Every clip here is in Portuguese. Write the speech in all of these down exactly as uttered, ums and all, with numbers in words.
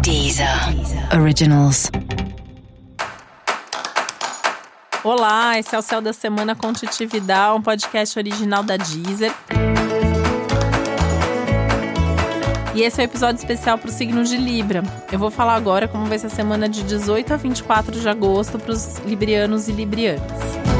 Deezer Originals. Olá, esse é o Céu da Semana com Titi Vidal, um podcast original da Deezer. E esse é o um episódio especial para o signo de Libra. Eu vou falar agora como vai ser a semana de dezoito a vinte e quatro de agosto para os librianos e librianas.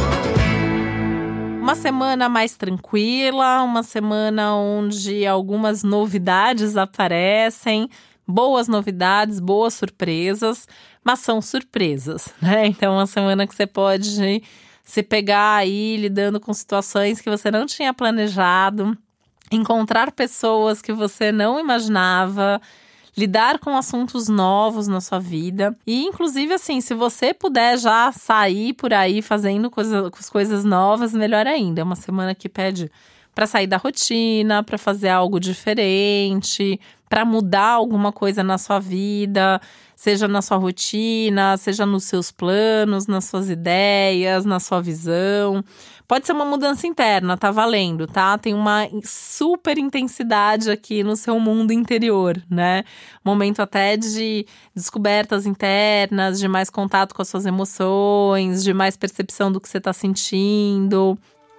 Uma semana mais tranquila, uma semana onde algumas novidades aparecem, boas novidades, boas surpresas, mas são surpresas, né? Então, uma semana que você pode se pegar aí lidando com situações que você não tinha planejado, encontrar pessoas que você não imaginava, lidar com assuntos novos na sua vida. E, inclusive, assim, se você puder já sair por aí fazendo coisa, coisas novas, melhor ainda. É uma semana que pede para sair da rotina, para fazer algo diferente, para mudar alguma coisa na sua vida, seja na sua rotina, seja nos seus planos, nas suas ideias, na sua visão. Pode ser uma mudança interna, tá valendo, tá? Tem uma super intensidade aqui no seu mundo interior, né? Momento até de descobertas internas, de mais contato com as suas emoções, de mais percepção do que você tá sentindo.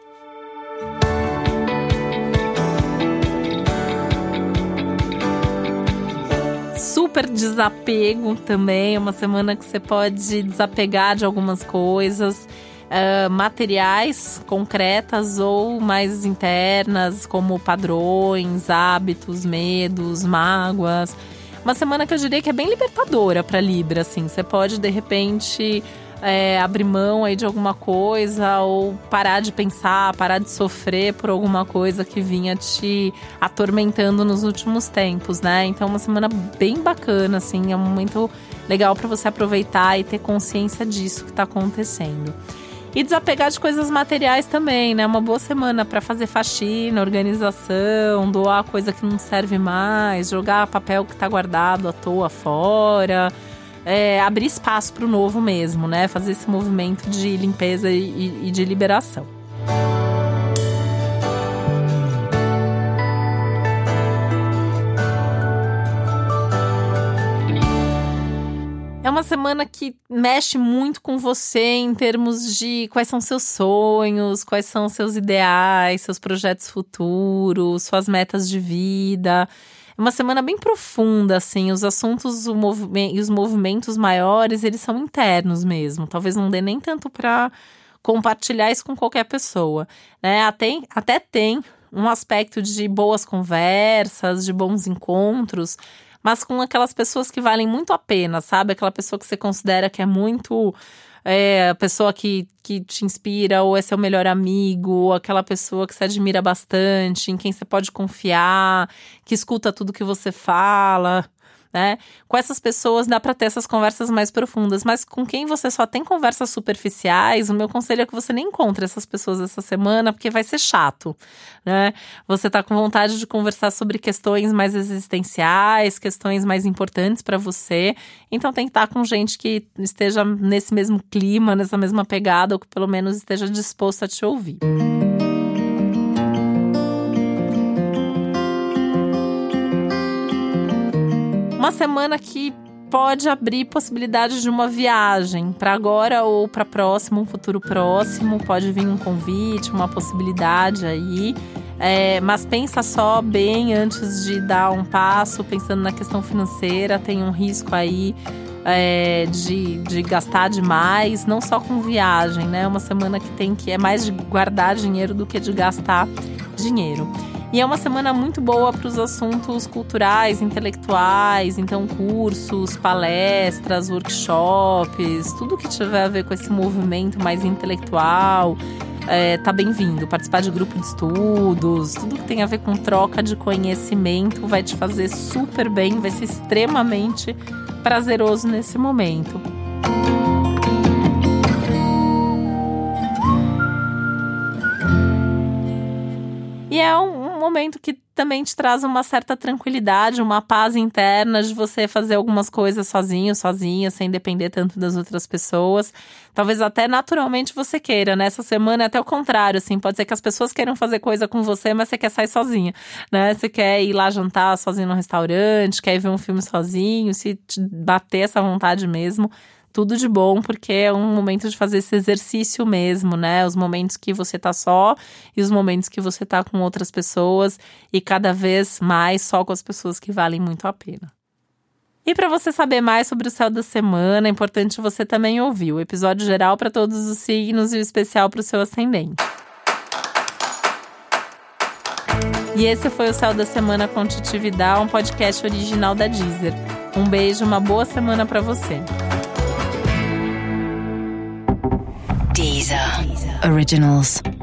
Super desapego também, é uma semana que você pode desapegar de algumas coisas, uh, materiais, concretas ou mais internas, como padrões, hábitos, medos, mágoas. Uma semana que eu diria que é bem libertadora para Libra, assim. Você pode, de repente, é, abrir mão aí de alguma coisa ou parar de pensar, parar de sofrer por alguma coisa que vinha te atormentando nos últimos tempos, né? Então, uma semana bem bacana, assim. É um momento legal para você aproveitar e ter consciência disso que está acontecendo. E desapegar de coisas materiais também, né? Uma boa semana para fazer faxina, organização, doar coisa que não serve mais, jogar papel que tá guardado à toa fora, é, abrir espaço para o novo mesmo, né? Fazer esse movimento de limpeza e, e de liberação. É uma semana que mexe muito com você em termos de quais são seus sonhos, quais são seus ideais, seus projetos futuros, suas metas de vida. É uma semana bem profunda, assim, os assuntos o movime- e os movimentos maiores, eles são internos mesmo. Talvez não dê nem tanto para compartilhar isso com qualquer pessoa, né? Até, até tem um aspecto de boas conversas, de bons encontros, mas com aquelas pessoas que valem muito a pena, sabe? Aquela pessoa que você considera que é muito é, a pessoa que, que te inspira, ou é seu melhor amigo, ou aquela pessoa que você admira bastante, em quem você pode confiar, que escuta tudo que você fala, né? Com essas pessoas dá para ter essas conversas mais profundas, mas com quem você só tem conversas superficiais, o meu conselho é que você nem encontre essas pessoas essa semana, porque vai ser chato, né? Você tá com vontade de conversar sobre questões mais existenciais, questões mais importantes para você, então tem que estar com gente que esteja nesse mesmo clima, nessa mesma pegada, ou que pelo menos esteja disposto a te ouvir. Uma semana que pode abrir possibilidade de uma viagem para agora ou para próximo, um futuro próximo. Pode vir um convite, uma possibilidade aí. É, mas pensa só bem antes de dar um passo, pensando na questão financeira. Tem um risco aí é, de, de gastar demais, não só com viagem, né? Uma semana que tem que é mais de guardar dinheiro do que de gastar dinheiro. E é uma semana muito boa para os assuntos culturais, intelectuais, então cursos, palestras, workshops, tudo que tiver a ver com esse movimento mais intelectual, é, tá bem-vindo. Participar de grupo de estudos, tudo que tem a ver com troca de conhecimento vai te fazer super bem, vai ser extremamente prazeroso nesse momento. E é um momento que também te traz uma certa tranquilidade, uma paz interna de você fazer algumas coisas sozinho, sozinha, sem depender tanto das outras pessoas. Talvez até naturalmente você queira, né? Essa semana é até o contrário, assim, pode ser que as pessoas queiram fazer coisa com você, mas você quer sair sozinha, né? Você quer ir lá jantar sozinho no restaurante, quer ir ver um filme sozinho, se te bater essa vontade mesmo, tudo de bom, porque é um momento de fazer esse exercício mesmo, né? Os momentos que você tá só e os momentos que você tá com outras pessoas e cada vez mais só com as pessoas que valem muito a pena. E para você saber mais sobre o céu da semana, é importante você também ouvir o episódio geral para todos os signos e o especial para o seu ascendente. E esse foi o Céu da Semana com Titi Vidal, um podcast original da Deezer. Um beijo, uma boa semana para você. Deezer. Originals.